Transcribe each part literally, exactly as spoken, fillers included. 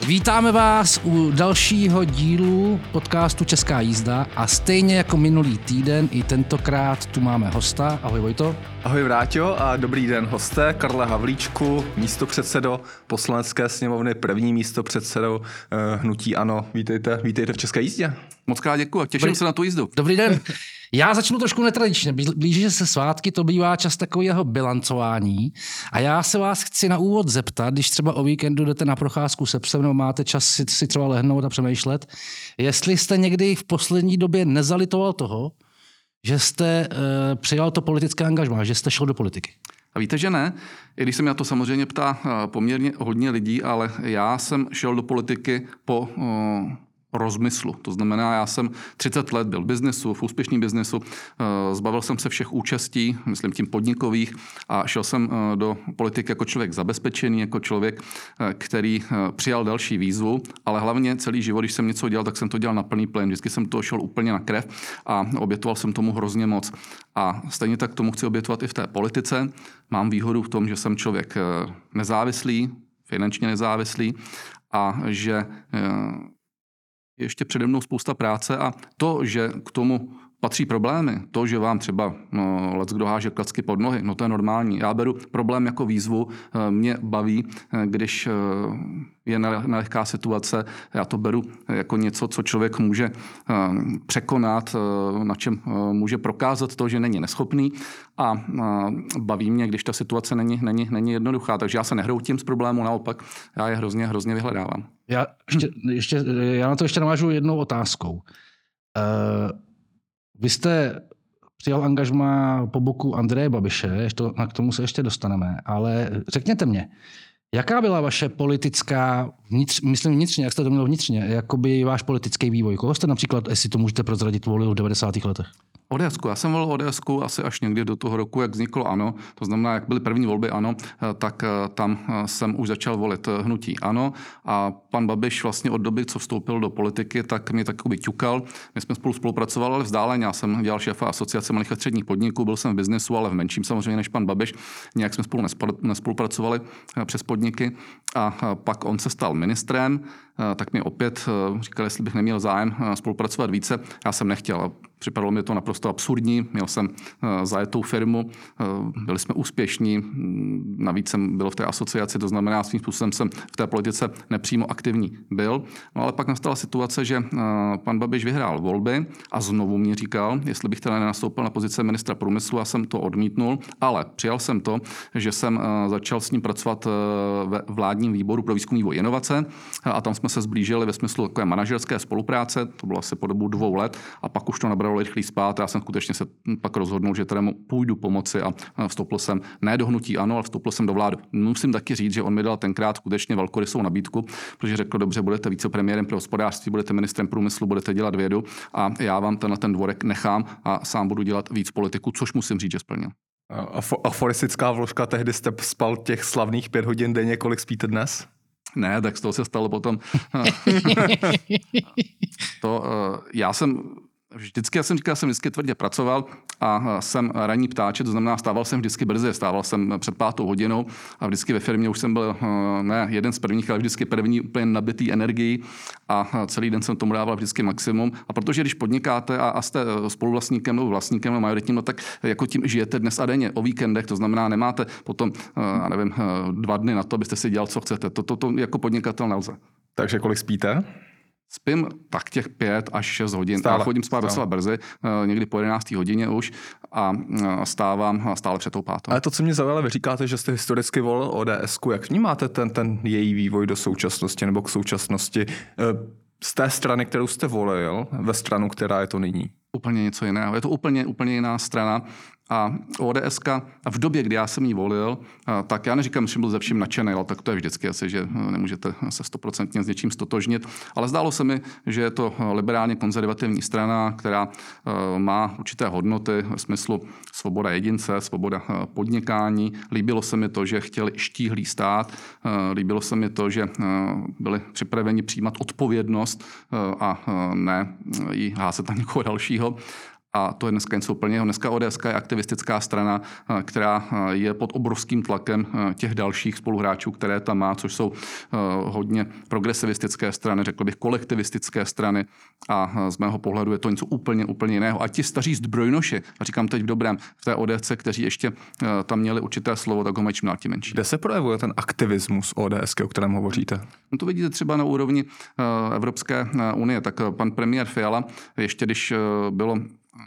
Vítáme vás u dalšího dílu podcastu Česká jízda a stejně jako minulý týden i tentokrát tu máme hosta. Ahoj Vojto. Ahoj Vráťo a dobrý den hosté, Karle Havlíčku, místopředsedo Poslanecké sněmovny, první místopředsedo eh, hnutí ANO. Vítejte, vítejte v České jízdě. Moc krát děkuji a těším Dobrý, se na tu jízdu. Dobrý den. Já začnu trošku netradičně. Blíží se svátky, to bývá čas takového bilancování. A já se vás chci na úvod zeptat, když třeba o víkendu jdete na procházku se psem, nebo máte čas si, si třeba lehnout a přemýšlet, jestli jste někdy v poslední době nezalitoval toho, že jste uh, přijal to politické angažmá, že jste šel do politiky. A víte, že ne? I když se mě na to samozřejmě ptá poměrně hodně lidí, ale já jsem šel do politiky po uh, rozmyslu. To znamená, já jsem třicet let byl v biznesu, v úspěšném biznesu, zbavil jsem se všech účastí, myslím tím podnikových, a šel jsem do politiky jako člověk zabezpečený, jako člověk, který přijal další výzvu, ale hlavně celý život, když jsem něco dělal, tak jsem to dělal na plný plyn. Vždycky jsem to šel úplně na krev a obětoval jsem tomu hrozně moc. A stejně tak tomu chci obětovat i v té politice. Mám výhodu v tom, že jsem člověk nezávislý, finančně nezávislý a že ještě přede mnou spousta práce a to, že k tomu patří problémy, to, že vám třeba no, leckdo háže klacky pod nohy, no to je normální. Já beru problém jako výzvu, mě baví, když je nelehká situace, já to beru jako něco, co člověk může překonat, na čem může prokázat to, že není neschopný a baví mě, když ta situace není, není, není jednoduchá. Takže já se nehroutím z problému, naopak já je hrozně, hrozně vyhledávám. Já, ještě, ještě, já na to ještě navážu jednou otázkou. Uh... Vy jste přijal angažmá po boku Andreje Babiše, k tomu se ještě dostaneme, ale řekněte mě, jaká byla vaše politická, vnitř, myslím vnitřně, jak jste to měl vnitřně, jakoby váš politický vývoj? Koho jste například, jestli to můžete prozradit, volil v devadesátých letech? ODSku. Já jsem volil ODSku asi až někdy do toho roku, jak vzniklo ANO. To znamená, jak byly první volby ANO, tak tam jsem už začal volit hnutí ANO. A pan Babiš vlastně od doby, co vstoupil do politiky, tak mě takový ťukal. My jsme spolu spolupracovali, ale vzdáleně. Já jsem dělal šéfa asociace malých a středních podniků, byl jsem v biznesu, ale v menším samozřejmě než pan Babiš. Nějak jsme spolu nespolupracovali přes podniky. A pak on se stal ministrem, tak mi opět říkal, jestli bych neměl zájem spolupracovat více. Já jsem nechtěl. Připadalo mi to naprosto absurdní. Měl jsem zajetou firmu, byli jsme úspěšní, navíc jsem byl v té asociaci, to znamená, svým způsobem jsem v té politice nepřímo aktivní byl. No ale pak nastala situace, že pan Babiš vyhrál volby a znovu mě říkal, jestli bych teda nenastoupil na pozici ministra průmyslu, já jsem to odmítnul, ale přijal jsem to, že jsem začal s ním pracovat ve vládním výboru pro výzkum, vývoj, inovace a tam jsme se zblížili ve smyslu takové manažerské spolupráce, to bylo asi po dobu dvou let a pak už to nabralo rychlý spát. Já jsem skutečně se pak rozhodnul, že teda mu půjdu pomoci a vstoupil jsem ne do hnutí ANO, ale vstoupil jsem do vlády. Musím taky říct, že on mi dal tenkrát skutečně velkorysou nabídku, protože řekl, dobře, budete vicepremiérem pro hospodářství, budete ministrem průmyslu, budete dělat vědu a já vám tenhle ten dvorek nechám a sám budu dělat víc politiku, což musím říct, že splnil. Aforistická vložka, tehdy jste spal těch slavných pět hodin denně, kolik spíte dnes? Ne, tak z toho se stalo potom. to, já jsem Vždycky, já jsem říkal, já jsem vždycky tvrdě pracoval a jsem ranní ptáče, to znamená, stával jsem vždycky brzy, stával jsem před pátou hodinou a vždycky ve firmě už jsem byl ne jeden z prvních, ale vždycky první úplně nabitý energií a celý den jsem tomu dával vždycky maximum. A protože když podnikáte a, a jste spoluvlastníkem nebo vlastníkem nebo majoritním, no tak jako tím žijete dnes a denně o víkendech, to znamená, nemáte potom, já nevím, dva dny na to, abyste si dělal, co chcete. To, to, to jako podnikatel nelze. Takže kolik spíte? Spím tak těch pět až šest hodin. Stále. Já chodím spát docela brzy, někdy po jedenácté hodině už a stávám stále před tou pátou. Ale to, co mě zaujalo, vy říkáte, že jste historicky volil ODSku. Jak vnímáte ten, ten její vývoj do současnosti nebo k současnosti z té strany, kterou jste volil, ve stranu, která je to nyní? Úplně něco jiného. Je to úplně, úplně jiná strana. A ODSka v době, kdy já jsem ji volil, tak já neříkám, že byl ze vším nadšený, ale tak to je vždycky asi, že nemůžete se stoprocentně s něčím stotožnit. Ale zdálo se mi, že je to liberálně konzervativní strana, která má určité hodnoty v smyslu svoboda jedince, svoboda podnikání. Líbilo se mi to, že chtěli štíhlý stát. Líbilo se mi to, že byli připraveni přijímat odpovědnost a ne jí házet na někoho dalšího. A to je dneska něco úplně. Dneska O D S je aktivistická strana, která je pod obrovským tlakem těch dalších spoluhráčů, které tam má, což jsou hodně progresivistické strany, řekl bych kolektivistické strany a z mého pohledu je to něco úplně, úplně jiného. A ti staří zbrojnoši, a říkám teď v dobrém, v té O D S, kteří ještě tam měli určité slovo, tak ho mají čím dál tím menší. Kde se projevuje ten aktivismus O D S, o kterém hovoříte? No to vidíte třeba na úrovni Evropské unie. Tak pan premiér Fiala, ještě když bylo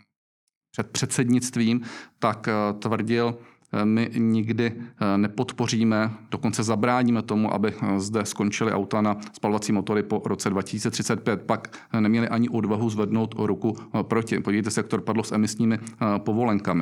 před předsednictvím, tak tvrdil, my nikdy nepodpoříme, dokonce zabráníme tomu, aby zde skončily auta na spalovací motory po roce dva tisíce třicet pět. Pak neměli ani odvahu zvednout ruku proti. Podívejte se, jak to dopadlo s emisními povolenkami,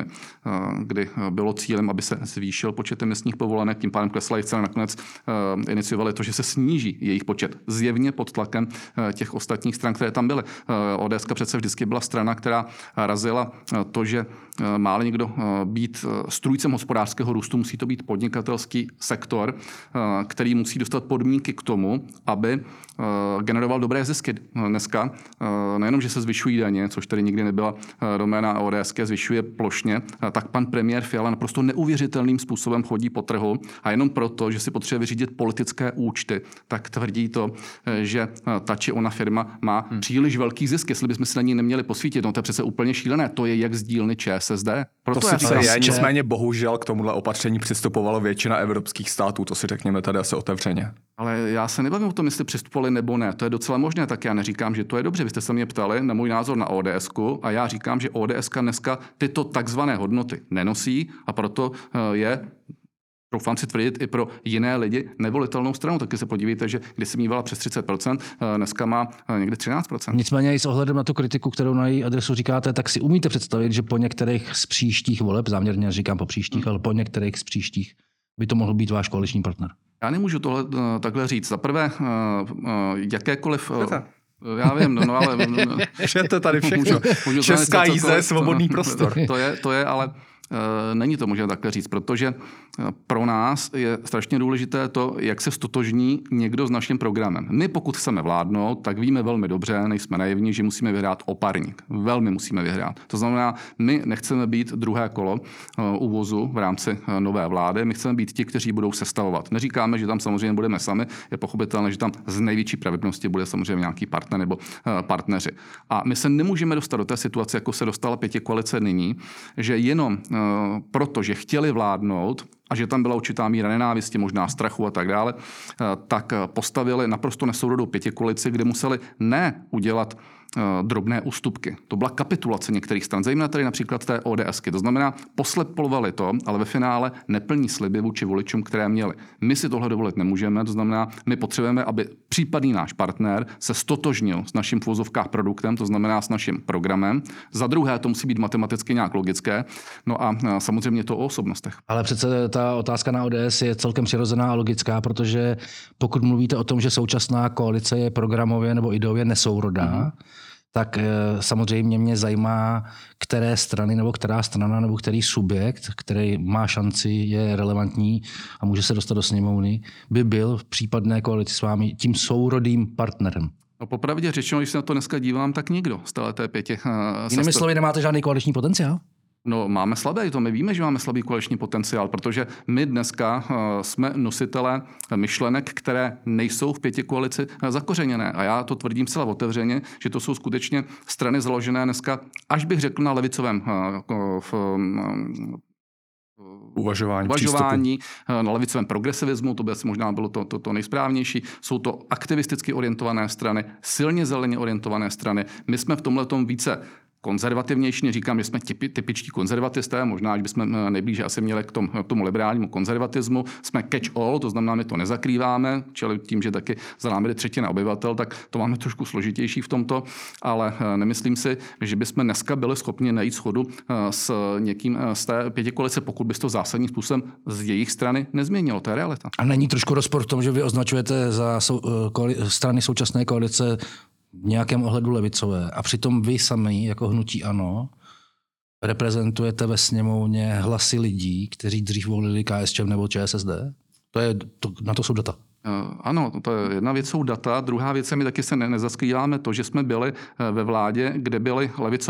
kdy bylo cílem, aby se zvýšil počet emisních povolenek, tím pádem klesla jejich cena, nakonec iniciovali to, že se sníží jejich počet. Zjevně pod tlakem těch ostatních stran, které tam byly. O D S přece vždycky byla strana, která razila to, že má někdo být strůjcem hospodářského růstu, musí to být podnikatelský sektor, který musí dostat podmínky k tomu, aby generoval dobré zisky. Dneska nejenom, že se zvyšují daně, což tady nikdy nebyla doména O D S, zvyšuje plošně, tak pan premiér Fiala naprosto neuvěřitelným způsobem chodí po trhu a jenom proto, že si potřebuje vyřídit politické účty, tak tvrdí to, že ta či ona firma má hmm. příliš velký zisk, jestli bychom se na ní neměli posvítit. No to je přece úplně šílené. To je jak z dílny ČSSD. Proto to sice je, nicméně bohužel k tomuhle opatření přistupovalo většina evropských států, to si řekněme tady asi otevřeně. Ale já se nebavím o tom, jestli přistupovali nebo ne. To je docela možné, tak já neříkám, že to je dobře. Vy jste se mě ptali na můj názor na O D S a já říkám, že O D S dneska tyto takzvané hodnoty nenosí a proto je, doufám si tvrdit, i pro jiné lidi nevolitelnou stranu. Taky se podívejte, že když se mívala přes třicet procent, dneska má někde třináct procent. Nicméně i s ohledem na tu kritiku, kterou na její adresu říkáte, tak si umíte představit, že po některých z příštích voleb, záměrně říkám po příštích, hmm. ale po některých z příštích, by to mohl být váš koaliční partner. Já nemůžu tohle uh, takhle říct. Za prvé, uh, uh, jakékoliv... Uh, já vím, no, no ale... Všete tady všechno. Můžu, můžu Česká jízda je svobodný prostor. To je, to je, ale... Není to možné takhle říct, protože pro nás je strašně důležité to, jak se stotožní někdo s naším programem. My pokud chceme vládnout, tak víme velmi dobře, nejsme naivní, že musíme vyhrát o parník. Velmi musíme vyhrát. To znamená, my nechceme být druhé kolo uvozu v rámci nové vlády, my chceme být ti, kteří budou sestavovat. Neříkáme, že tam samozřejmě budeme sami, je pochopitelné, že tam z největší pravděpodobnosti bude samozřejmě nějaký partner nebo partneři. A my se nemůžeme dostat do té situace, jako se dostala pětikoalice nyní, že jenom protože chtěli vládnout a že tam byla určitá míra nenávisti, možná strachu a tak dále, tak postavili naprosto nesourodou pětikoalici, kde museli ne udělat drobné ústupky. To byla kapitulace některých stran, zejména tady například té ODSky. To znamená, poslepovali to, ale ve finále neplní sliby vůči voličům, které měli. My si tohle dovolit nemůžeme, to znamená, my potřebujeme, aby případný náš partner se stotožnil s naším v uvozovkách produktem, to znamená s naším programem. Za druhé, to musí být matematicky nějak logické. No a samozřejmě to o osobnostech. Ale přece ta otázka na O D S je celkem přirozená a logická, protože pokud mluvíte o tom, že současná koalice je programově nebo ideově nesourodá, mm-hmm. tak samozřejmě mě zajímá, které strany nebo která strana nebo který subjekt, který má šanci, je relevantní a může se dostat do sněmovny, by byl v případné koalici s vámi tím sourodým partnerem. No popravdě řečeno, když se na to dneska dívám, tak nikdo z té pěti. Jinými slovy, nemáte žádný koaliční potenciál? No máme slabý, to my víme, že máme slabý koaliční potenciál, protože my dneska uh, jsme nositelé myšlenek, které nejsou v pěti koalici uh, zakořeněné. A já to tvrdím celá otevřeně, že to jsou skutečně strany založené dneska, až bych řekl, na levicovém uh, v, uh, uvažování, uvažování na levicovém progresivismu, to by asi možná bylo to, to, to nejsprávnější. Jsou to aktivisticky orientované strany, silně zeleně orientované strany. My jsme v tomhletom více konzervativnější, neříkám, že jsme typi, typičtí konzervatisté, možná, že bychom nejblíže asi měli k tomu, k tomu liberálnímu konzervatismu. Jsme catch-all, to znamená, my to nezakrýváme, čili tím, že taky za námi jde třetina obyvatel, tak to máme trošku složitější v tomto, ale nemyslím si, že bychom dneska byli schopni najít shodu s někým z té pětikoalice, pokud by to zásadním způsobem z jejich strany nezměnilo. To je realita. A není trošku rozpor v tom, že vy označujete za sou, koali, strany současné koalice v nějakém ohledu levicové a přitom vy sami jako hnutí ANO reprezentujete ve sněmovně hlasy lidí, kteří dřív volili K S Č M nebo ČSSD? To je, to, na to jsou data. Ano, to je jedna věc jsou data, druhá věc je, my taky se ne, nezaskrýváme to, že jsme byli ve vládě, kde byly levicové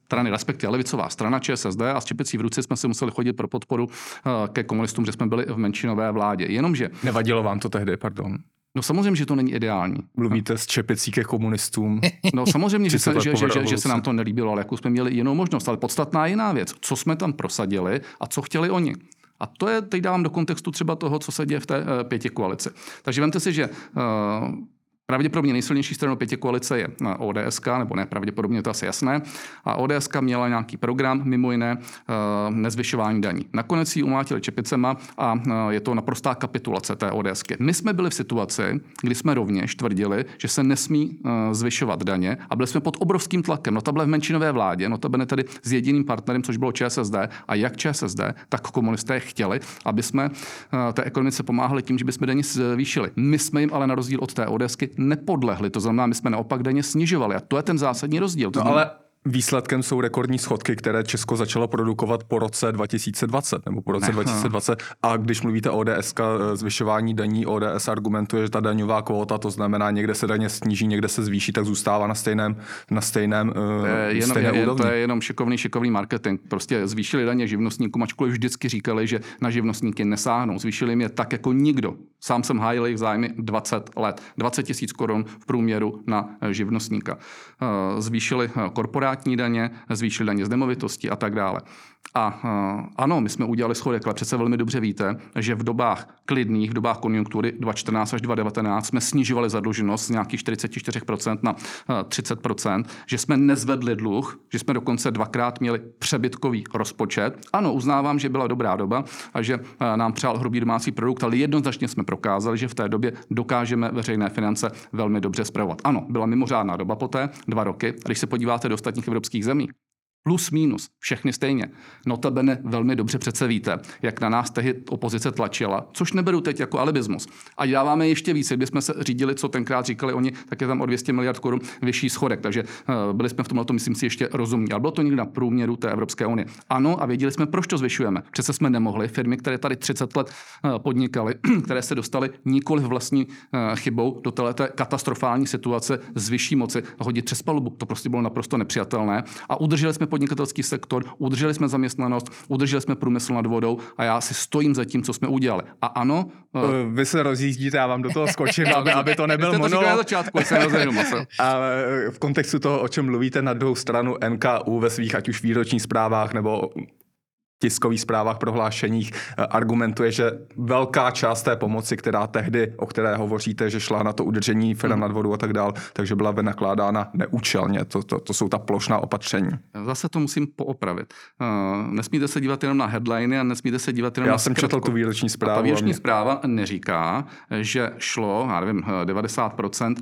strany, respektive levicová strana ČSSD a s čepicí v ruce jsme si museli chodit pro podporu ke komunistům, že jsme byli v menšinové vládě. Jenomže... Nevadilo vám to tehdy, pardon? No samozřejmě, že to není ideální. Mluvíte s čepicí ke komunistům. No samozřejmě, že se, že, že, že, že se nám to nelíbilo, ale jakou jsme měli jinou možnost. Ale podstatná jiná věc, co jsme tam prosadili a co chtěli oni. A to je, teď dávám do kontextu třeba toho, co se děje v té uh, pěti koalici. Takže vemte si, že uh, pravděpodobně nejsilnější stranou pěti koalice je O D S K, nebo ne, pravděpodobně to asi jasné. A O D S K měla nějaký program, mimo jiné uh, nezvyšování daní. Nakonec ji umlátili čepicema a uh, je to naprostá kapitulace té ODSky. My jsme byli v situaci, kdy jsme rovněž tvrdili, že se nesmí uh, zvyšovat daně a byli jsme pod obrovským tlakem. Notabene v menšinové vládě, notabene tedy s jediným partnerem, což bylo ČSSD, a jak ČSSD, tak komunisté chtěli, aby jsme uh, té ekonomice pomáhali tím, že bychom daně zvýšili. My jsme jim ale na rozdíl od té ODSky nepodlehli. To znamená, my jsme naopak daně snižovali. A to je ten zásadní rozdíl. To no znamená... ale výsledkem jsou rekordní schodky, které Česko začalo produkovat po roce dva tisíce dvacet nebo po roce ne, dva tisíce dvacet. A když mluvíte o O D S K, zvyšování daní, O D S argumentuje, že ta daňová kvóta, to znamená, někde se daně sníží, někde se zvýší, tak zůstává na stejném, na stejném, to je, jenom, stejné je, úrovni. To je jenom šikovný, šikovný marketing. Prostě zvýšili daně živnostníkům, ačkoliv vždycky říkali, že na živnostníky nesáhnou. Zvýšili jim je tak jako nikdo. Sám jsem hájil jejich zájmy dvacet let. dvacet tisíc korun v průměru na živnostníka. Zvýšili korporátní daně, zvýšili daně z nemovitosti a tak dále. A ano, my jsme udělali schodek, ale přece velmi dobře víte, že v dobách klidných, v dobách konjunktury dva tisíce čtrnáct až dva tisíce devatenáct jsme snižovali zadluženost z nějakých čtyřicet čtyři procent na třicet procent, že jsme nezvedli dluh, že jsme dokonce dvakrát měli přebytkový rozpočet. Ano, uznávám, že byla dobrá doba a že nám přál hrubý domácí produkt, ale jednoznačně jsme prokázali, že v té době dokážeme veřejné finance velmi dobře spravovat. Ano, byla mimořádná doba poté, dva roky. A když se podíváte do ostatních evropských zemí, plus minus, všechny stejně. Notabene velmi dobře přece víte, jak na nás tehdy opozice tlačila, což neberu teď jako alibismus. A dáváme ještě více, kdybychom se řídili, co tenkrát říkali oni, tak je tam o dvě stě miliard korun vyšší schodek. Takže uh, byli jsme v tomhle, myslím si, ještě rozumní. Ale bylo to někde na průměru té Evropské unie. Ano, a věděli jsme, proč to zvyšujeme. Přece jsme nemohli firmy, které tady třicet let uh, podnikaly, které se dostaly nikoli vlastní uh, chybou do této katastrofální situace z vyšší moci hodit přes palubu. To prostě bylo naprosto nepřijatelné. A udrželi jsme podnikatelský sektor, udrželi jsme zaměstnanost, udrželi jsme průmysl nad vodou a já si stojím za tím, co jsme udělali. A ano... Vy se rozjíždíte, já vám do toho skočím, aby, aby to nebyl monolog. monolog. Na začátku, se Ale v kontextu toho, o čem mluvíte, na druhou stranu N K U ve svých ať už výročních zprávách nebo tiskových zprávách, prohlášeních argumentuje, že velká část té pomoci, která tehdy, o které hovoříte, že šla na to udržení firem hmm. nad vodou a tak dál, takže byla vynakládána neúčelně. To, to, to jsou ta plošná opatření. Zase to musím poopravit. Uh, nesmíte se dívat jenom na headliny a nesmíte se dívat jenom Já na jsem četl tu výroční zprávu. A ta výroční zpráva neříká, že šlo, já nevím, devadesát procent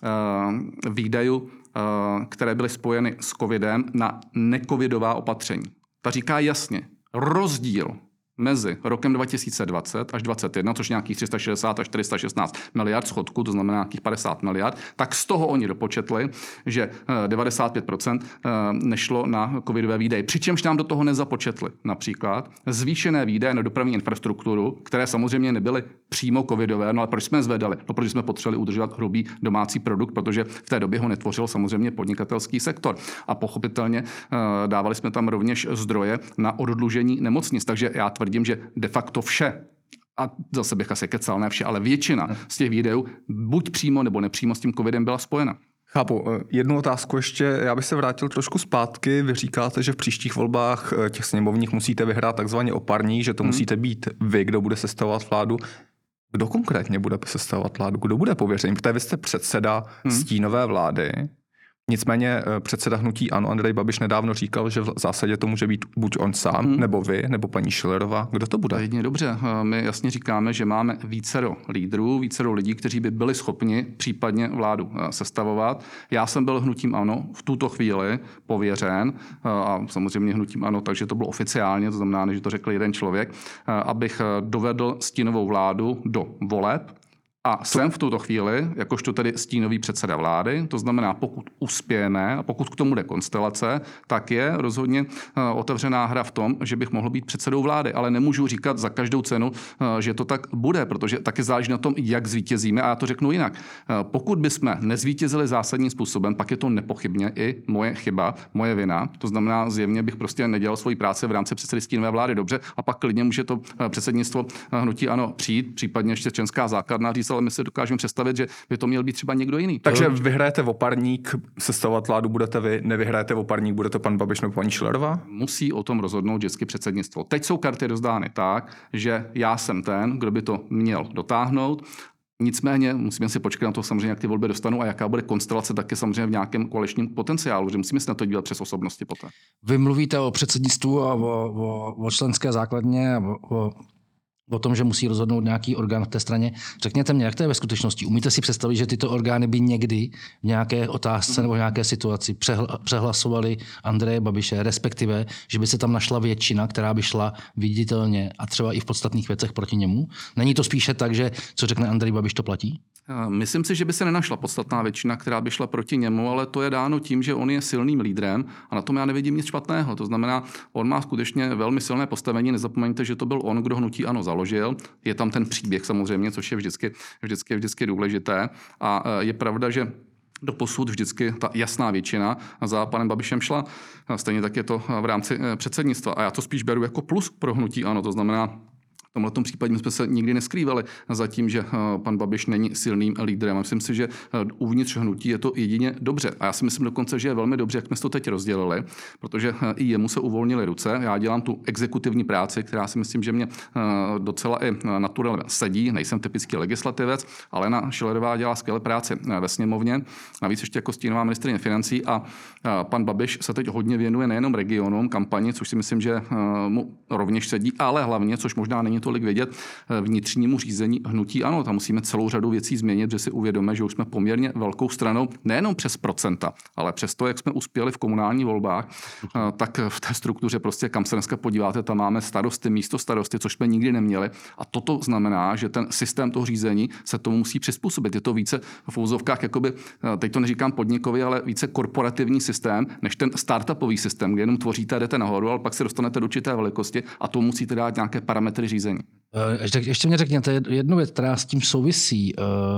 uh, výdajů, uh, které byly spojeny s covidem, na necovidová opatření. Ta říká jasně, rozdíl mezi rokem dva tisíce dvacet až dvacet jedna, což nějakých tři sta šedesát až čtyři sta šestnáct miliard schodku, to znamená nějakých padesát miliard, tak z toho oni dopočetli, že devadesát pět procent nešlo na covidové výdaje. Přičemž nám do toho nezapočetli například zvýšené výdaje na dopravní infrastrukturu, které samozřejmě nebyly přímo covidové, no ale proč jsme je zvedali? No, protože jsme potřebovali udržovat hrubý domácí produkt, protože v té době ho netvořil samozřejmě podnikatelský sektor. A pochopitelně dávali jsme tam rovněž zdroje na oddlužení nemocnic. Takže já tvrdím, že de facto vše, a zase bych asi kecal, ne vše, ale většina z těch výdajů buď přímo nebo nepřímo s tím covidem byla spojena. Chápu. Jednu otázku ještě, já bych se vrátil trošku zpátky. Vy říkáte, že v příštích volbách těch sněmovních musíte vyhrát takzvaně oparní, že to hmm. musíte být vy, kdo bude sestavovat vládu. Kdo konkrétně bude sestavovat vládu? Kdo bude pověřený? Protože vy jste předseda hmm. stínové vlády. Nicméně předseda hnutí ANO Andrej Babiš nedávno říkal, že v zásadě to může být buď on sám, hmm. nebo vy, nebo paní Schillerová. Kdo to bude? Jedině dobře. My jasně říkáme, že máme vícero lídrů, vícero lidí, kteří by byli schopni případně vládu sestavovat. Já jsem byl hnutím ANO v tuto chvíli pověřen a samozřejmě hnutím ANO, takže to bylo oficiálně, to znamená, že to řekl jeden člověk, abych dovedl stínovou vládu do voleb. A jsem v tuto chvíli, jakožto tedy stínový předseda vlády, to znamená, pokud uspějeme a pokud k tomu jde konstelace, tak je rozhodně otevřená hra v tom, že bych mohl být předsedou vlády, ale nemůžu říkat za každou cenu, že to tak bude, protože taky záleží na tom, jak zvítězíme, a já to řeknu jinak. Pokud bychom nezvítězili zásadním způsobem, pak je to nepochybně i moje chyba, moje vina. To znamená, zjevně bych prostě nedělal svoji práci v rámci předsedy stínové vlády dobře, a pak klidně může to předsednictvo hnutí ANO přijít, případně ještě členská základna říct, ale my si dokážeme představit, že by to měl být třeba někdo jiný. Takže vyhrajete oparník, sestavovat vládu budete vy, nevyhrajete oparník, bude to pan Babiš nebo paní Schillerová? Musí o tom rozhodnout vždycky předsednictvo. Teď jsou karty rozdány tak, že já jsem ten, kdo by to měl dotáhnout. Nicméně musíme si počkat na to samozřejmě, jak ty volby dostanou a jaká bude konstelace taky samozřejmě v nějakém koaličním potenciálu, že musíme se na to dívat přes osobnosti poté. Vy mluvíte o předsednictvu a o, o, o členské základně a o, o, o tom, že musí rozhodnout nějaký orgán v té straně. Řekněte mě, jak to je ve skutečnosti? Umíte si představit, že tyto orgány by někdy v nějaké otázce nebo v nějaké situaci přehla, přehlasovali Andreje Babiše, respektive, že by se tam našla většina, která by šla viditelně a třeba i v podstatných věcech proti němu? Není to spíše tak, že co řekne Andrej Babiš, to platí? Myslím si, že by se nenašla podstatná většina, která by šla proti němu, ale to je dáno tím, že on je silným lídrem a na tom já nevidím nic špatného. To znamená, on má skutečně velmi silné postavení. Nezapomeňte, že to byl on, kdo hnutí ANO založil. Je tam ten příběh samozřejmě, což je vždycky, vždycky, vždycky důležité. A je pravda, že doposud vždycky ta jasná většina za panem Babišem šla. Stejně tak je to v rámci předsednictva. A já to spíš beru jako plus pro hnutí ANO. To znamená, v tomto případě jsme se nikdy neskrývali za tím, že pan Babiš není silným lídrem. Myslím si, že uvnitř hnutí je to jedině dobře. A já si myslím dokonce, že je velmi dobře, jak jsme to teď rozdělili, protože i jemu se uvolnily ruce. Já dělám tu exekutivní práci, která si myslím, že mě docela i naturálně sedí. Nejsem typický legislativec, ale na Schillerová dělá skvělé práci ve sněmovně. Navíc ještě jako stínová ministryně financí a pan Babiš se teď hodně věnuje nejenom regionům, kampani, což si myslím, že mu rovněž sedí, ale hlavně, což možná není tolik vědět, vnitřnímu řízení hnutí ANO. Tam musíme celou řadu věcí změnit, že si uvědomíme, že už jsme poměrně velkou stranou, nejenom přes procenta, ale přes to, jak jsme uspěli v komunálních volbách, tak v té struktuře prostě, kam se dneska podíváte, tam máme starosty, místo starosty, což jsme nikdy neměli. A toto znamená, že ten systém toho řízení se tomu musí přizpůsobit. Je to více v úzovkách, jakoby, teď to neříkám podnikový, ale více korporativní systém, než ten startupový systém, kde jenom tvoříte a jdete nahoru, ale pak se dostanete do určité velikosti a to musíte dát nějaké parametry řízení. Ještě, ještě mě řekněte jednu věc, která s tím souvisí.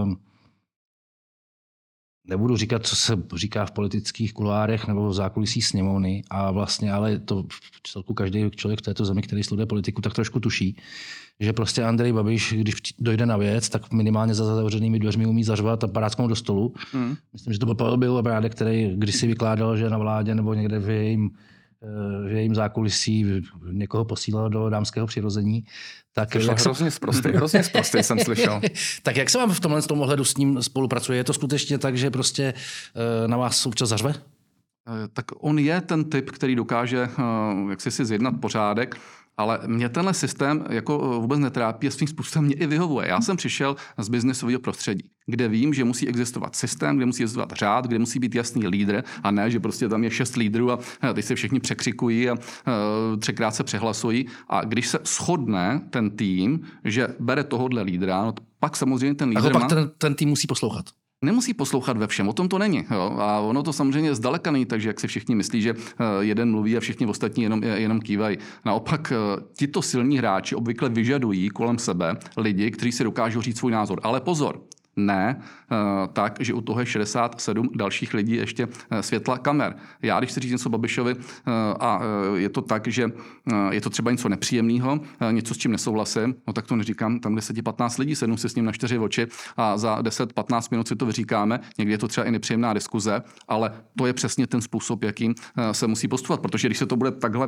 Nebudu říkat, co se říká v politických kulárech nebo v zákulisí sněmovny, a vlastně, ale to v celku každý člověk v této zemi, který sleduje politiku, tak trošku tuší, že prostě Andrej Babiš, když dojde na věc, tak minimálně za zavřenými dveřmi umí zařvat a parácknout do stolu. Mm. Myslím, že to byl Pavel Bělobrádek, který kdysi vykládal, že na vládě nebo někde v jejím v jejím zákulisí někoho posílal do dámského přirození. Tak jak hrozně zprostý, hrozně zprostý jsem slyšel. Tak jak se vám v tomhle tom ohledu s ním spolupracuje? Je to skutečně tak, že prostě na vás občas zařve? Tak on je ten typ, který dokáže jak si si zjednat pořádek, ale mě tenhle systém jako vůbec netrápí a svým způsobem mě i vyhovuje. Já jsem přišel z biznesového prostředí, kde vím, že musí existovat systém, kde musí existovat řád, kde musí být jasný lídr a ne, že prostě tam je šest lídrů a teď se všichni překřikují a třikrát se přehlasují. A když se shodne ten tým, že bere tohodle lídra, no pak samozřejmě ten lídr a pak má... ten, ten tým musí poslouchat. Nemusí poslouchat ve všem, o tom to není. Jo? A ono to samozřejmě zdaleka není, takže jak si všichni myslí, že jeden mluví a všichni ostatní jenom, jenom kývají. Naopak tito silní hráči obvykle vyžadují kolem sebe lidi, kteří si dokážou říct svůj názor. Ale pozor, ne tak, že u toho je šedesát sedm dalších lidí ještě světla kamer. Já, když si říct něco Babišovi a je to tak, že je to třeba něco nepříjemného, něco, s čím nesouhlasím, no tak to neříkám, tam deset patnáct lidí, sednu si s ním na čtyři oči a za deset patnáct minut si to vyříkáme. Někdy je to třeba i nepříjemná diskuze, ale to je přesně ten způsob, jakým se musí postupovat, protože když se to bude takhle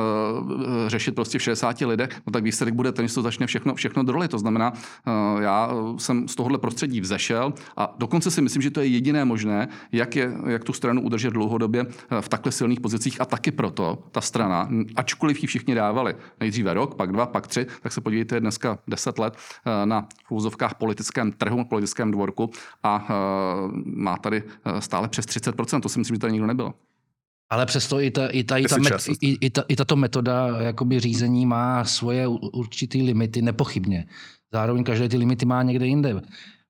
řešit prostě v šedesáti lidech, no tak výsledek bude ten, že to začne všechno, všechno drolit. To znamená, já jsem z tohohle prostředí vzešel a dokonce si myslím, že to je jediné možné, jak, je, jak tu stranu udržet dlouhodobě v takhle silných pozicích a taky proto ta strana, ačkoliv ji všichni dávali nejdříve rok, pak dva, pak tři, tak se podívejte dneska deset let na v úzovkách politickém trhu, politickém dvorku a má tady stále přes třicet procent, to si myslím, že tady nikdo nebylo. Ale přesto i, ta, i, ta, i, ta met, i, i, ta, i tato metoda jakoby řízení má svoje určitý limity, nepochybně. Zároveň každé ty limity má někde jinde.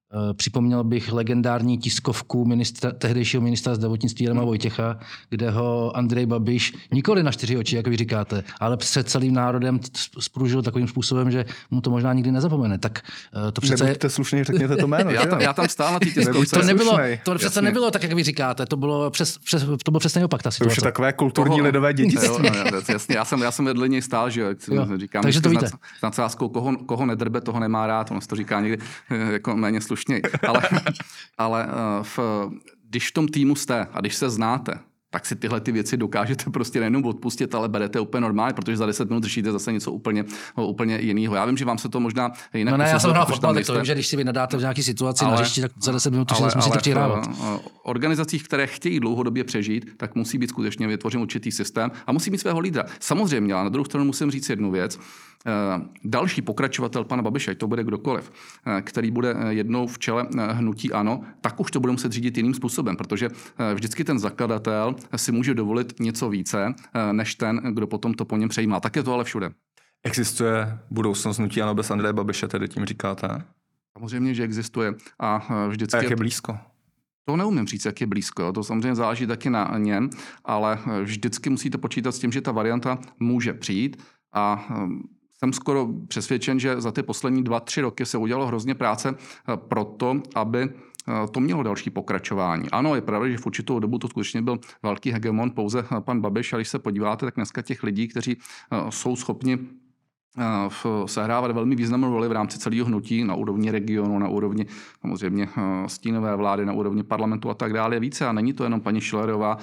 Připomněl bych legendární tiskovku ministra, tehdejšího ministra zdravotnictví Jaroma Vojtěcha, kde ho Andrej Babiš nikoli na čtyři oči, jak vy říkáte, ale před celým národem spružil takovým způsobem, že mu to možná nikdy nezapomene. Tak to přece... Nebuďte slušný, řekněte to jméno. já, tam, já tam stál na té tiskovce. To, nebylo, to přece Jasně. nebylo tak, jak vy říkáte. To bylo, přes, přes, to bylo přesně opak ta situace. To už je takové kulturní Toho, lidové dědictví. Jo, no, jasně, já jsem, já jsem vedle něj stál, že jak jo, říkám, takže to víte. S nadsázkou, koho, koho nedrbe, toho nemá rád. On to říká někdy jako méně slušněji. Ale, ale v, když v tom týmu jste a když se znáte, tak si tyhle ty věci dokážete prostě nejenom odpustit, ale berete úplně normálně, protože za deset minut řešíte zase něco úplně, úplně jiného. Já vím, že vám se to možná jinak... No ne, já jsem hrál fotbal, tak to vím, že když si vy nadáte v nějaké situaci ale, na hřišti, tak za deset minut ale, musíte přihrávat. V organizacích, které chtějí dlouhodobě přežít, tak musí být skutečně vytvořen určitý systém a musí mít svého lídra. Samozřejmě, ale na druhou stranu musím říct jednu věc. Další pokračovatel pana Babiše, ať to bude kdokoliv, který bude jednou v čele hnutí ANO, tak už to bude muset řídit jiným způsobem, protože vždycky ten zakladatel si může dovolit něco více, než ten, kdo potom to po něm přejímá. Tak je to ale všude. Existuje budoucnost hnutí ANO bez Andreje Babiše, tedy tím říkáte? Samozřejmě, že existuje. A vždycky... A jak je blízko? To neumím říct, jak je blízko. Jo. To samozřejmě záleží taky na něm, ale vždycky musíte počítat s tím, že ta varianta může přijít a jsem skoro přesvědčen, že za ty poslední dva, tři roky se udělalo hrozně práce pro to, aby to mělo další pokračování. Ano, je pravda, že v určitou dobu to skutečně byl velký hegemon, pouze pan Babiš, a když se podíváte, tak dneska těch lidí, kteří jsou schopni sehrávat velmi významnou roli v rámci celého hnutí na úrovni regionu, na úrovni samozřejmě stínové vlády, na úrovni parlamentu a tak dále je více. A není to jenom paní Schillerová,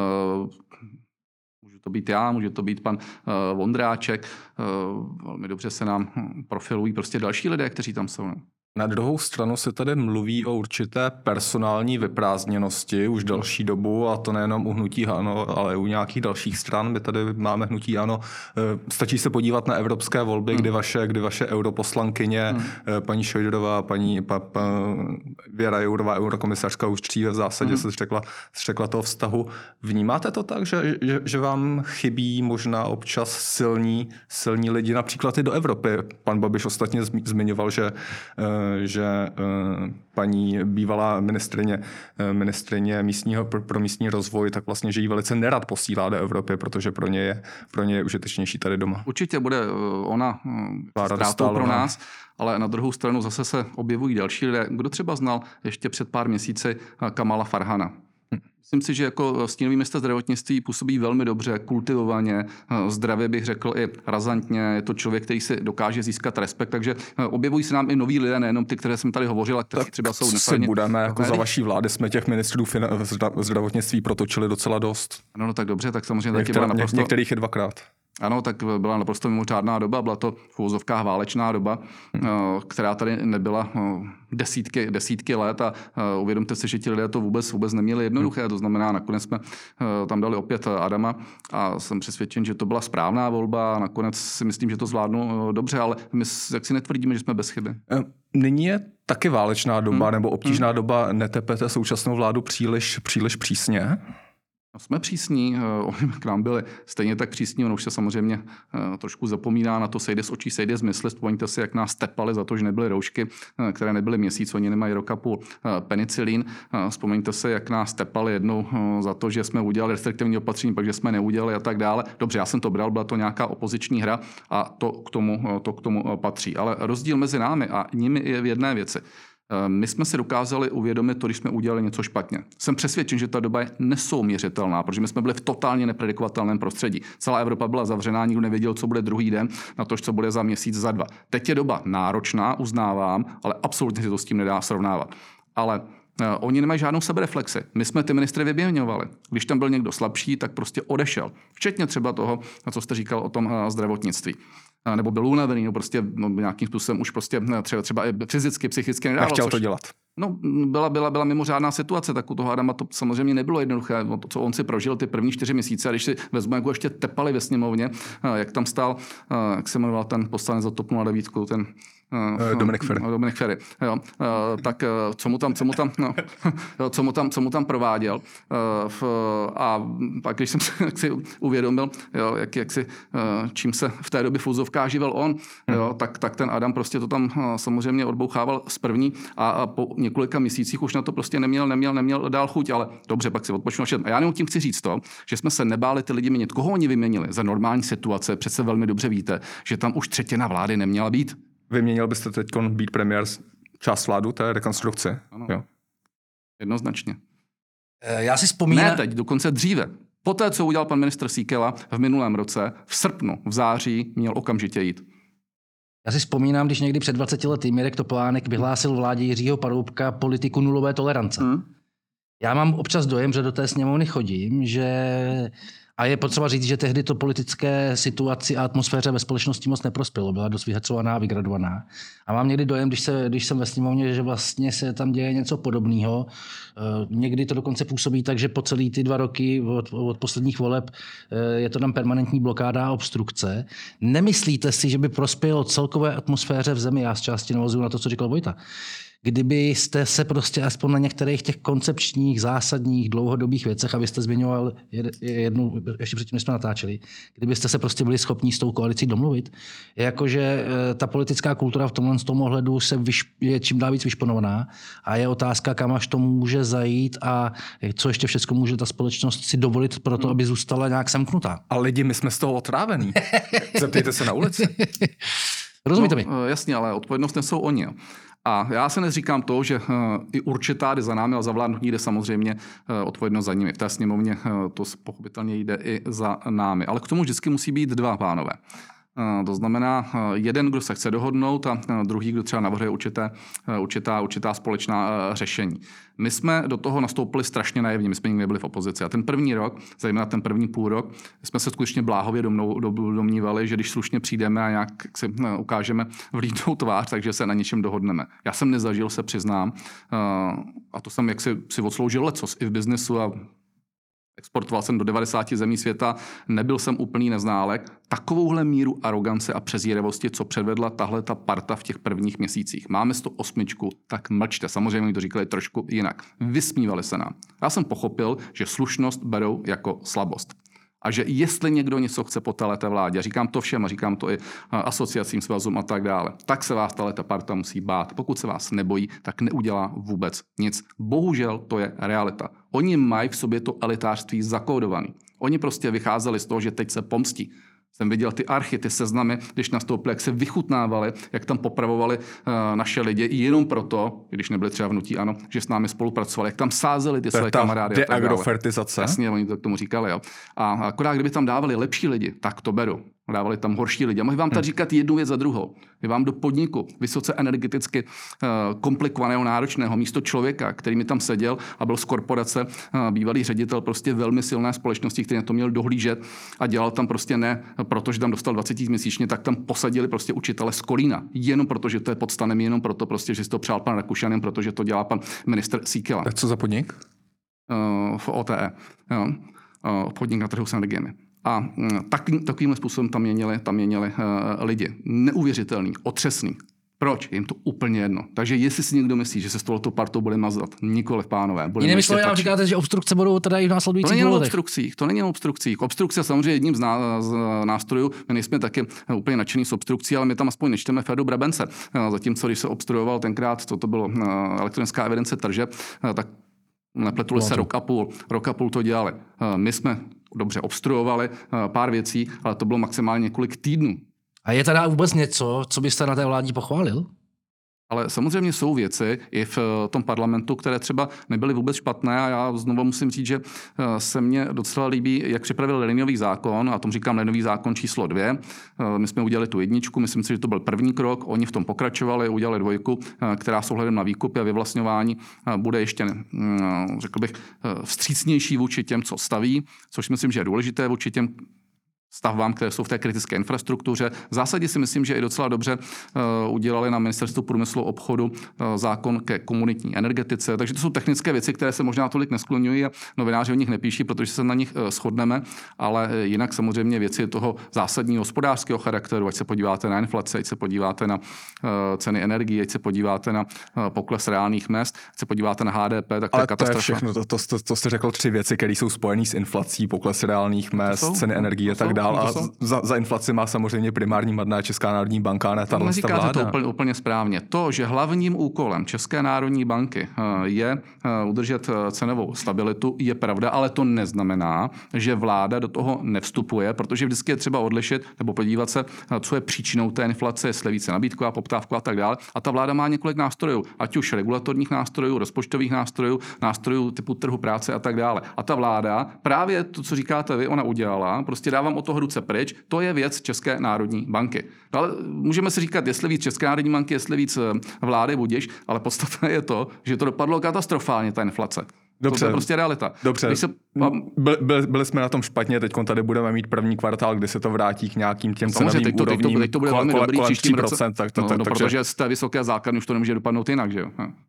může to být já, může to být pan uh, Vondráček, uh, velmi dobře se nám profilují prostě další lidé, kteří tam jsou. Ne? Na druhou stranu se tady mluví o určité personální vyprázdněnosti už další dobu, a to nejenom u hnutí ANO, ale u nějakých dalších stran. My tady máme hnutí ANO. Stačí se podívat na evropské volby, hmm. kdy vaše, kdy vaše europoslankyně, hmm. paní Šojderová, paní pa, pa, Věra Jourová, eurokomisařka, už dříve v zásadě hmm. se zřekla, zřekla toho vztahu. Vnímáte to tak, že, že, že vám chybí možná občas silní, silní lidi, například i do Evropy? Pan Babiš ostatně zmiňoval, že že paní bývalá ministrině, ministrině místního, pro místní rozvoj, tak vlastně, že ji velice nerad posílá do Evropy, protože pro ně je, pro ně je užitečnější tady doma. Určitě bude ona ztrátou pro nás, ale na druhou stranu zase se objevují další lidé. Kdo třeba znal ještě před pár měsíci Kamala Farhana? Myslím si, že jako stínový ministr zdravotnictví působí velmi dobře, kultivovaně, zdravě bych řekl i razantně. Je to člověk, který si dokáže získat respekt, takže objevují se nám i noví lidé, nejenom ty, které jsem tady hovořil, a kteří třeba jsou nesadně. Budeme, jako za vaší vlády jsme těch ministrů zdravotnictví protočili docela dost. No, no tak dobře, tak samozřejmě Některé, taky byla naprosto... Některých je dvakrát. Ano, tak byla naprosto mimořádná doba, byla to v uvozovkách válečná doba, hmm. která tady nebyla desítky, desítky let a uvědomte si, že ti lidé to vůbec, vůbec neměli jednoduché, hmm. to znamená, nakonec jsme tam dali opět Adama a jsem přesvědčen, že to byla správná volba a nakonec si myslím, že to zvládnu dobře, ale my jak si netvrdíme, že jsme bez chyby. Nyní je taky válečná doba hmm. nebo obtížná hmm. doba, netepete současnou vládu příliš, příliš přísně? No, jsme přísní, oni k nám byli stejně tak přísní, on už se samozřejmě trošku zapomíná na to, sejde z očí, sejde z mysli. Vzpomeňte si, jak nás tepali za to, že nebyly roušky, které nebyly měsíc, oni nemají rok a půl penicilín. Vzpomeňte si, jak nás tepali jednou za to, že jsme udělali restriktivní opatření, pak že jsme neudělali a tak dále. Dobře, já jsem to bral, byla to nějaká opoziční hra a to k tomu, to k tomu patří. Ale rozdíl mezi námi a nimi je v jedné věci. My jsme si dokázali uvědomit to, když jsme udělali něco špatně. Jsem přesvědčen, že ta doba je nesouměřitelná, protože my jsme byli v totálně nepredikovatelném prostředí. Celá Evropa byla zavřená, nikdo nevěděl, co bude druhý den, na to, co bude za měsíc, za dva. Teď je doba náročná, uznávám, ale absolutně se to s tím nedá srovnávat. Ale uh, oni nemají žádnou sebereflexi. My jsme ty ministry vyměňovali. Když tam byl někdo slabší, tak prostě odešel. Včetně třeba toho, co jste říkal o tom uh, zdravotnictví. Nebo byl unavený, no prostě no, nějakým způsobem už prostě třeba, třeba i fyzicky, psychicky nedával. Nechtěl což, to dělat. No, byla, byla, byla mimořádná situace, tak u toho Adama to samozřejmě nebylo jednoduché. To, co on si prožil ty první čtyři měsíce, a když si vezmu, jak ho ještě tepali ve sněmovně, jak tam stál, jak se jmenoval ten poslanec za TOP nula devět, ten Uh, Dominik Ferry. Dominik Ferry, jo. Uh, tak uh, co mu tam, co mu tam, no, co mu tam, co mu tam prováděl. Uh, v, a pak, když jsem si uvědomil, jo, jak, jak si, uh, čím se v té době v úzovkách živil on, hmm. jo, tak, tak ten Adam prostě to tam uh, samozřejmě odbouchával z první a, a po několika měsících už na to prostě neměl, neměl, neměl dál chuť, ale dobře, pak si odpočnul. A já jenom tím chci říct to, že jsme se nebáli ty lidi měnit. Koho oni vyměnili za normální situace? Přece velmi dobře víte, že tam už třetina vlády neměla být. Vyměnil byste teď být premiér část vládu té rekonstrukce? Ano. Jo. Jednoznačně. Já si vzpomínám... Ne teď, dokonce dříve. Poté, co udělal pan ministr Síkela v minulém roce, v srpnu, v září, měl okamžitě jít. Já si vzpomínám, když někdy před dvaceti lety Mirek Topolánek vyhlásil vládě Jiřího Paroubka politiku nulové tolerance. Hmm. Já mám občas dojem, že do té sněmovny chodím, že... A je potřeba říct, že tehdy to politické situaci a atmosféře ve společnosti moc neprospělo. Byla dost vyhecovaná, vygradovaná. A mám někdy dojem, když, se, když jsem ve sněmovně, že vlastně se tam děje něco podobného. Někdy to dokonce působí tak, že po celý ty dva roky od, od posledních voleb je to tam permanentní blokáda a obstrukce. Nemyslíte si, že by prospělo celkové atmosféře v zemi? Já z části navazuju na to, co říkal Vojta. Kdybyste se prostě aspoň na některých těch koncepčních, zásadních, dlouhodobých věcech, a vy jste zmiňoval jednu, ještě předtím, než jsme natáčeli, kdybyste se prostě byli schopni s tou koalicí domluvit, je jako, že ta politická kultura v tomhle z tomu ohledu se vyš, je čím dál víc vyšponovaná a je otázka, kam až to může zajít a co ještě všechno může ta společnost si dovolit pro to, aby zůstala nějak semknutá. A lidi, my jsme z toho otrávení. Zeptejte se na ulici. Rozumíte mi? No, jasně, ale odpovědnost nesou oni. A já se neříkám to, že uh, i určitá jde za námi, ale za vládnutí jde samozřejmě uh, odpovědnost za nimi. V té sněmovně uh, to pochopitelně jde i za námi. Ale k tomu vždycky musí být dva pánové. Uh, to znamená uh, jeden, kdo se chce dohodnout a uh, druhý, kdo třeba navrhuje určité, uh, určitá, určitá společná uh, řešení. My jsme do toho nastoupili strašně naivně, my jsme nikdy nebyli v opozici. A ten první rok, zejména ten první půl rok, jsme se skutečně bláhově domnívali, že když slušně přijdeme a nějak si uh, ukážeme vlídnou tvář, takže se na něčem dohodneme. Já jsem nezažil, se přiznám, uh, a to jsem jaksi si odsloužil lecos i v biznesu a exportoval jsem do devadesáti zemí světa, nebyl jsem úplný neználek. Takovouhle míru arogance a přezíravosti, co předvedla tahle ta parta v těch prvních měsících. Máme sto osm, tak mlčte. Samozřejmě mi to říkali trošku jinak. Vysmívali se nám. Já jsem pochopil, že slušnost berou jako slabost. A že jestli někdo něco chce po této vládě, říkám to všem a říkám to i asociacím, svazům a tak dále, tak se vás tato parta musí bát. Pokud se vás nebojí, tak neudělá vůbec nic. Bohužel to je realita. Oni mají v sobě to elitářství zakódované. Oni prostě vycházeli z toho, že teď se pomstí. Jsem viděl ty archy, ty seznamy, když nastoupili, jak se vychutnávali, jak tam popravovali uh, naše lidi, jenom proto, když nebyli třeba vnutí, ano, že s námi spolupracovali, jak tam sázeli ty své kamarády. Deagrofertizace. Jasně, oni to k tomu říkali, jo. A akorát, kdyby tam dávali lepší lidi, tak to beru. Dávali tam horší lidi. A mohli vám tady říkat jednu věc za druhou. Je vám do podniku vysoce energeticky uh, komplikovaného, náročného místo člověka, který mi tam seděl a byl z korporace, uh, bývalý ředitel prostě velmi silné společnosti, který na to měl dohlížet a dělal tam prostě ne, protože tam dostal dvacet tisíc měsíčně, tak tam posadili prostě učitele z Kolína. Jenom protože to je pod stanem, jenom proto prostě, že si to přál pan Rakušan, jen protože to dělá pan ministr Síkela. A co za podnik? Uh, v O T E. Jo. Uh, podnik na trhu s energiemi. A tak, takovým způsobem tam měnili, tam měnili uh, lidi. Neuvěřitelný, otřesný. Proč? Je jim to úplně jedno. Takže jestli si někdo myslí, že se s touto partou bude mazat, nikoliv pánové. Jinými slovy, nám říkáte, že obstrukce budou teda i v následujících To není letech. obstrukcích, to není obstrukcích. Obstrukce je samozřejmě jedním z, ná, z nástrojů. My nejsme taky úplně nadšený z obstrukcí, ale my tam aspoň nečteme Ferdu Brabence. Zatímco, když se obstruoval tenkrát, co to bylo, elektronická evidence tržeb, tak nepletuli se rok a půl. Rok a půl to dělali. My jsme dobře obstruovali pár věcí, ale to bylo maximálně několik týdnů. A je teda vůbec něco, co byste na té vládě pochválil? Ale samozřejmě jsou věci i v tom parlamentu, které třeba nebyly vůbec špatné a já znovu musím říct, že se mně docela líbí, jak připravil liniový zákon, a tom říkám liniový zákon číslo dvě. My jsme udělali tu jedničku, myslím si, že to byl první krok, oni v tom pokračovali, udělali dvojku, která s ohledem na výkupy a vyvlastňování bude ještě, řekl bych, vstřícnější vůči těm, co staví, což myslím, že je důležité vůči těm stavbám, které jsou v té kritické infrastruktuře. V zásadě si myslím, že i docela dobře uh, udělali na Ministerstvu průmyslu a obchodu uh, zákon ke komunitní energetice. Takže to jsou technické věci, které se možná tolik neskloňují a novináři o nich nepíší, protože se na nich uh, shodneme, ale uh, jinak samozřejmě věci toho zásadního hospodářského charakteru, ať se podíváte na inflaci, ať se podíváte na uh, ceny energií, ať se podíváte na uh, pokles reálných mezd, ať se podíváte na H D P, tak to ale je katastrofa. To je všechno, to, to, to, to jste řekl tři věci, které jsou spojené s inflací, pokles reálných mezd, ceny energie a tak dále. A za, za inflaci má samozřejmě primární madná Česká národní banka, a ne ta vláda. To úplně, úplně správně. To, že hlavním úkolem České národní banky je udržet cenovou stabilitu, je pravda, ale to neznamená, že vláda do toho nevstupuje, protože vždycky je třeba odlišit nebo podívat se, co je příčinou té inflace, jestli více nabídková, poptávka a tak dále. A ta vláda má několik nástrojů, ať už regulatorních nástrojů, rozpočtových nástrojů, nástrojů typu trhu práce a tak dále. A ta vláda právě to, co říkáte vy, ona udělala, prostě dávám od toho ruce pryč, to je věc České národní banky. Ale můžeme si říkat, jestli víc České národní banky, jestli víc vlády, budiš, ale podstatné je to, že to dopadlo katastrofálně, ta inflace. Dobře. To je prostě realita. Dobře. Se... Byli, byli, byli jsme na tom špatně, teď tady budeme mít první kvartál, kdy se to vrátí k nějakým těm cenovým teď to, úrovním. Teď to, teď to bude velmi kole, dobrý příštím roce. Tak, to, no, tak, no, takže... protože z té vysoké základny už to nemůže dopadnout jinak, že jo?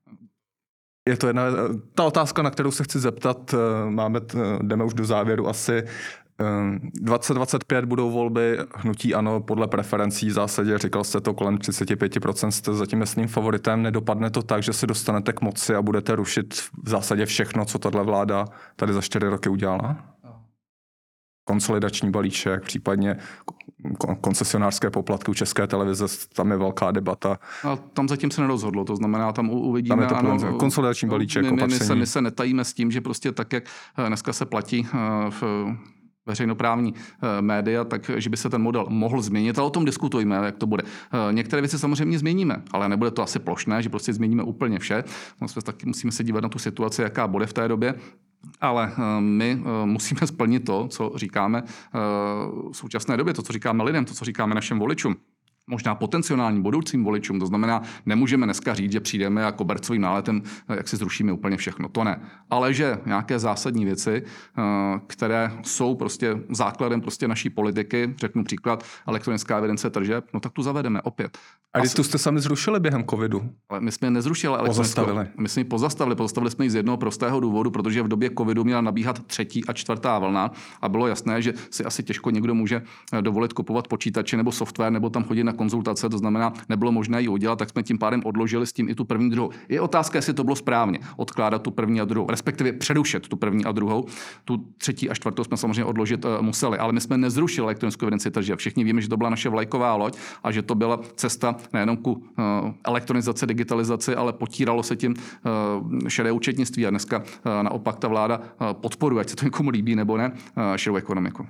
Je to jedna, ta otázka, na kterou se chci zeptat, máme, jdeme už do závěru asi. dvacet dvacet pět budou volby, hnutí ANO podle preferencí v zásadě, říkal jste to, kolem třicet pět procent jste zatím jasným favoritem. Nedopadne to tak, že se dostanete k moci a budete rušit v zásadě všechno, co tato vláda tady za čtyři roky udělala? Konsolidační balíček, případně koncesionářské poplatky u České televize, tam je velká debata. A tam zatím se nerozhodlo, to znamená, tam uvidíme. Tam je to ano, konsolidační balíček, my, my, opatření. My se, my se netajíme s tím, že prostě tak, jak dneska se platí v veřejnoprávní média, takže by se ten model mohl změnit, ale o tom diskutujeme, jak to bude. Některé věci samozřejmě změníme, ale nebude to asi plošné, že prostě změníme úplně vše. Taky musíme se dívat na tu situaci, jaká bude v té době. Ale my musíme splnit to, co říkáme v současné době, to, co říkáme lidem, to, co říkáme našim voličům. Možná potenciálním budoucím voličům. To znamená, nemůžeme dneska říct, že přijdeme a kobercovým náletem, jak si zrušíme úplně všechno. To ne. Ale že nějaké zásadní věci, které jsou prostě základem prostě naší politiky, řeknu příklad, elektronická evidence tržeb, no tak tu zavedeme opět. A když tu jste sami zrušili během covidu? Ale my jsme nezrušili elektronickou. Pozastavili. My jsme ji pozastavili. Pozastavili jsme ji z jednoho prostého důvodu, protože v době covidu měla nabíhat třetí a čtvrtá vlna a bylo jasné, že si asi těžko někdo může dovolit kupovat počítače nebo software nebo tam chodit na konzultace, to znamená, nebylo možné ji udělat, tak jsme tím pádem odložili s tím i tu první druhou. Je otázka, jestli to bylo správně, odkládat tu první a druhou, respektive přerušit tu první a druhou. Tu třetí a čtvrtou jsme samozřejmě odložit uh, museli, ale my jsme nezrušili elektronickou evidenci tržeb. Všichni víme, že to byla naše vlajková loď a že to byla cesta nejenom ku uh, elektronizaci, digitalizaci, ale potíralo se tím uh, šedé účetnictví a dneska uh, naopak ta vláda uh, podporuje, ať se to někomu líbí nebo ne, uh, šedou ekonomiku.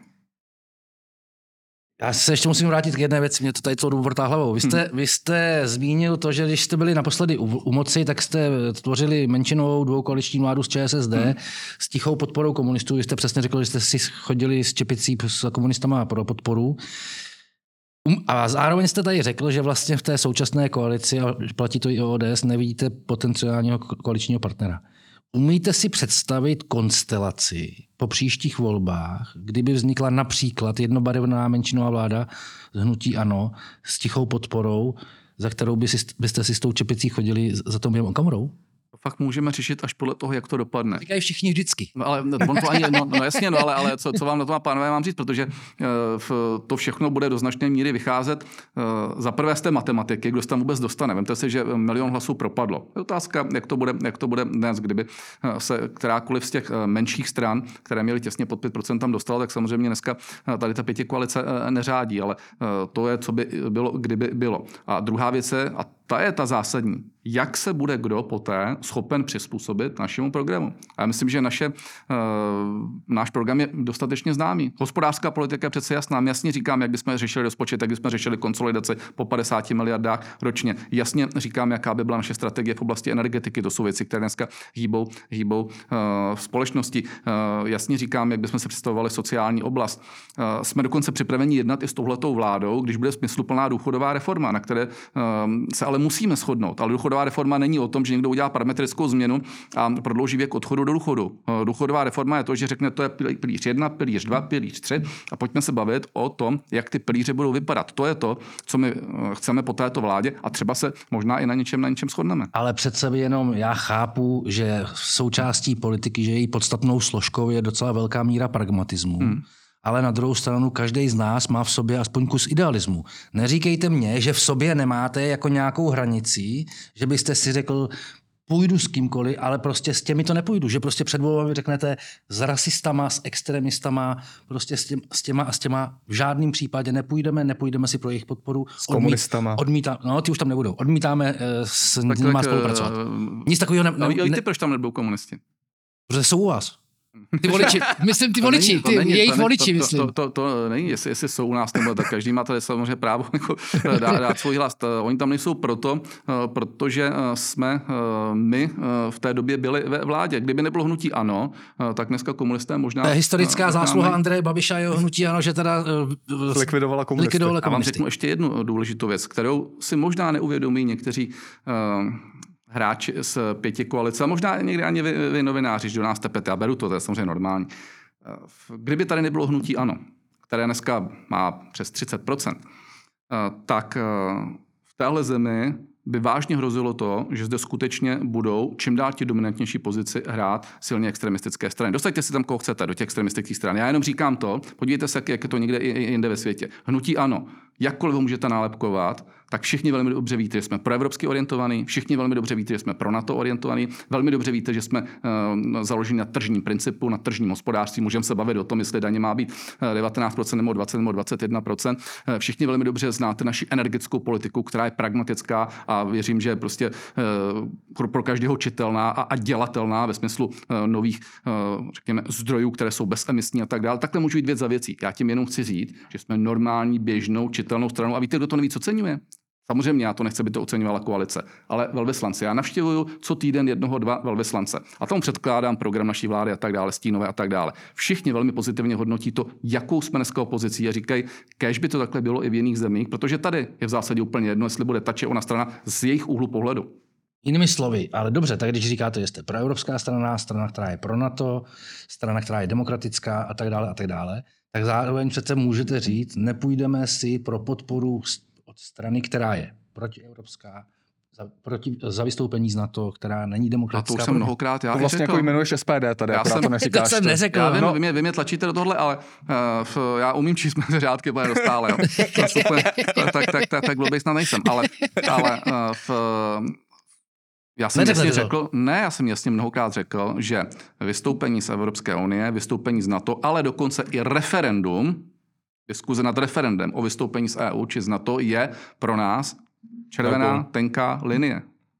Já se ještě musím vrátit k jedné věci, mě to tady to vrtá hlavou. Vy jste, hmm. vy jste zmínil to, že když jste byli naposledy u, u moci, tak jste tvořili menšinovou dvoukoaliční vládu s ČSSD hmm. s tichou podporou komunistů. Vy jste přesně řekl, že jste si chodili s čepicí s komunistama pro podporu. A zároveň jste tady řekl, že vlastně v té současné koalici, a platí to i o O D S, nevidíte potenciálního koaličního partnera. Umíte si představit konstelaci po příštích volbách, kdyby vznikla například jednobarevná menšinová vláda z hnutí ANO s tichou podporou, za kterou by si, byste si s tou čepicí chodili za Tomiem Okamurou? Fakt můžeme řešit až podle toho, jak to dopadne. Říkají všichni vždycky. No, ale, no, to ani, no, no jasně, no, ale, ale co, co vám na to má pánové mám říct, protože uh, to všechno bude do značné míry vycházet uh, za prvé z té matematiky, kdo se tam vůbec dostane. Vemte si, že milion hlasů propadlo. Je otázka, jak to bude, jak to bude dnes, kdyby se kterákoliv z těch menších stran, které měly těsně pod pět procent tam dostala, tak samozřejmě dneska tady ta pěti koalice uh, neřádí, ale uh, to je, co by bylo, kdyby bylo. A druhá věc je, a ta je ta zásadní, jak se bude kdo poté schopen přizpůsobit našemu programu. A já myslím, že naše, uh, náš program je dostatečně známý. Hospodářská politika je přece jasná. My jasně říkám, jak bychom řešili rozpočet, jak bychom řešili konsolidaci po padesáti miliardách ročně. Jasně říkám, jaká by byla naše strategie v oblasti energetiky. To jsou věci, které dneska hýbou, hýbou uh, v společnosti. Uh, jasně říkám, jak bychom se představovali sociální oblast. Uh, jsme dokonce připraveni jednat i s touhletou vládou, když bude smysluplná důchodová reforma, na které uh, se ale ale musíme shodnout. Ale důchodová reforma není o tom, že někdo udělá parametrickou změnu a prodlouží věk odchodu do důchodu. Důchodová reforma je to, že řekne, to je pilíř jedna, pilíř dva, pilíř tři a pojďme se bavit o tom, jak ty pilíře budou vypadat. To je to, co my chceme po této vládě a třeba se možná i na něčem, na něčem shodneme. Ale přece jenom já chápu, že součástí politiky, že její podstatnou složkou je docela velká míra pragmatismu. Hmm. Ale na druhou stranu každý z nás má v sobě aspoň kus idealismu. Neříkejte mně, že v sobě nemáte jako nějakou hranici, že byste si řekl, půjdu s kýmkoliv, ale prostě s těmi to nepůjdu. Že prostě před volbami řeknete s rasistama, s extremistama, prostě s, těm, s těma a s těma v žádném případě nepůjdeme, nepůjdeme si pro jejich podporu. S komunistama. Odmítá, no, ty už tam nebudou. Odmítáme s nimi spolupracovat. Nic takového ne... ne, ne, ne proč tam nebudou komunisti? Protože jsou u vás. Ty voliči, myslím ty voliči, není, ty není, jejich voliči, to, myslím. To, to, to, to není, jestli, jestli jsou u nás, nebo tak každý má tady samozřejmě právo jako dát, dát svůj hlas. Oni tam nejsou proto, protože jsme my v té době byli ve vládě. Kdyby nebylo hnutí ANO, tak dneska komunisté možná... To je historická zásluha Andreje Babiša a jeho hnutí ANO, že teda likvidovala komunisty. Likvidovala komunisty. A vám řeknu ještě jednu důležitou věc, kterou si možná neuvědomí někteří hráči z pěti koalice, a možná někdy ani vy, vy novináři, že do nás tepete, a beru to, to je samozřejmě normální. Kdyby tady nebylo hnutí ANO, které dneska má přes třicet procent, tak v téhle zemi by vážně hrozilo to, že zde skutečně budou čím dál ti dominantnější pozici hrát silně extremistické strany. Dostaňte si tam, koho chcete, do těch extremistických stran. Já jenom říkám to, podívejte se, jak je to někde i jinde ve světě. Hnutí ANO, jakkoliv ho můžete nálepkovat, tak všichni velmi dobře víte, že jsme proevropsky orientovaní, všichni velmi dobře víte, že jsme pro NATO orientovaní, velmi dobře víte, že jsme uh, založeni na tržním principu, na tržním hospodářství. Můžeme se bavit o tom, jestli daně má být devatenáct procent nebo dvacet nebo dvacet jedna procent. Všichni velmi dobře znáte naši energetickou politiku, která je pragmatická a věřím, že je prostě uh, pro každého čitelná a, a dělatelná ve smyslu uh, nových uh, řekněme, zdrojů, které jsou bezemisní a tak dále. Takhle můžu jít věc za věcí. Já tím jenom chci říct, že jsme normální, běžnou, čitelnou stranou. A víte, kdo to nejvíc oceňuje? Samozřejmě já to nechci, by to oceňovala koalice, ale velvyslanci. Já navštěvuju co týden jednoho, dva velvyslance. A tomu předkládám program naší vlády a tak dále, stínové a tak dále. Všichni velmi pozitivně hodnotí to, jakou jsme dneska opozicí a říkají, kéž by to takhle bylo i v jiných zemích, protože tady je v zásadě úplně jedno, jestli bude ta či ona strana z jejich úhlu pohledu. Jinými slovy, ale dobře, tak když říkáte, že jste proevropská strana, strana, která je pro NATO, strana, která je demokratická a tak dále a tak dále, tak zároveň přece můžete říct, nepůjdeme si pro podporu od strany, která je protievropská, za, proti, za vystoupení z NATO, která není demokratická. A to už jsem mnohokrát já to vlastně řekl. jako jmenuješ S P D tady, já jsem, to neříkáš. To jsem neřekl. Já vím, no. vy, mě, vy mě tlačíte do tohle, ale uh, já umím číst mezi řádky, bude dostále. Jo. tak, tak, tak, tak, tak blbej snad nejsem. Ale, ale uh, v, já jsem jasně řekl, ne, já jsem jasně mnohokrát řekl, že vystoupení z Evropské unie, vystoupení z NATO, ale dokonce i referendum, diskuze nad referendem o vystoupení z E U či z NATO je pro nás červená, tenká linie.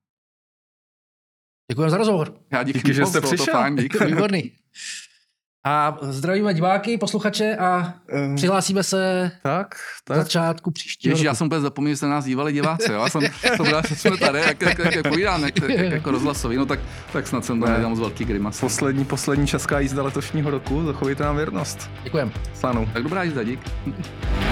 Děkujeme za rozhovor. Já díky, díky že jste to, přišel. To fajn, díky. Výborný. A zdravíme diváky, posluchače a um, přihlásíme se tak, tak. na začátku příštího Ježiš, roku. já jsem úplně zapomněl, že se nás dívali diváci. Jo? Já jsem to byl, že jsme tady, jak, jak, jak, jak povídáme, jak, jak, jako rozhlasový, no tak, tak snad jsem to nedělal moc velký grimas. Poslední, poslední česká jízda letošního roku, zachovejte nám věrnost. Děkujeme. Slanu. Tak dobrá jízda, dík.